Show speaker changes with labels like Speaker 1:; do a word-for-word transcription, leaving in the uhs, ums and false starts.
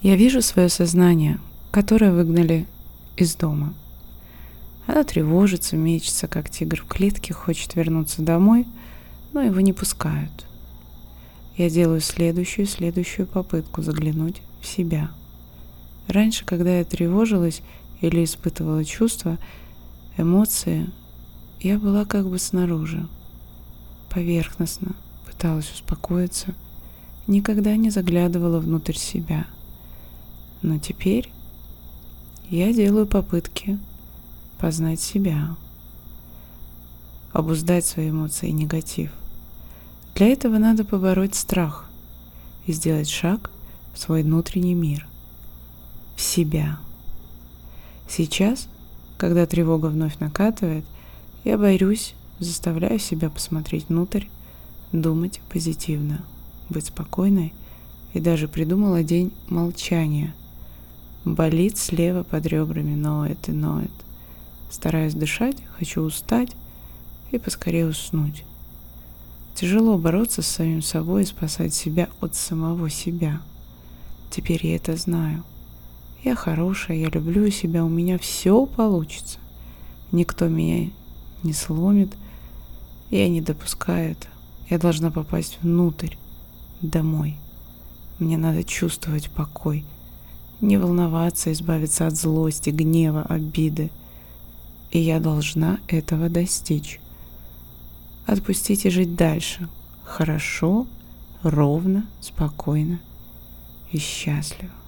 Speaker 1: Я вижу свое сознание, которое выгнали из дома. Оно тревожится, мечется, как тигр в клетке, хочет вернуться домой, но его не пускают. Я делаю следующую, следующую попытку заглянуть в себя. Раньше, когда я тревожилась или испытывала чувства, эмоции, я была как бы снаружи, поверхностно, пыталась успокоиться, никогда не заглядывала внутрь себя. Но теперь я делаю попытки познать себя, обуздать свои эмоции и негатив. Для этого надо побороть страх и сделать шаг в свой внутренний мир, в себя. Сейчас, когда тревога вновь накатывает, я борюсь, заставляю себя посмотреть внутрь, думать позитивно, быть спокойной и даже придумала день молчания. Болит слева под ребрами, ноет и ноет. Стараюсь дышать, хочу устать и поскорее уснуть. Тяжело бороться с самим собой и спасать себя от самого себя. Теперь я это знаю. Я хорошая, я люблю себя, у меня все получится. Никто меня не сломит, я не допускаю это. Я должна попасть внутрь, домой. Мне надо чувствовать покой, не волноваться, избавиться от злости, гнева, обиды. И я должна этого достичь. Отпустить и жить дальше. Хорошо, ровно, спокойно и счастливо.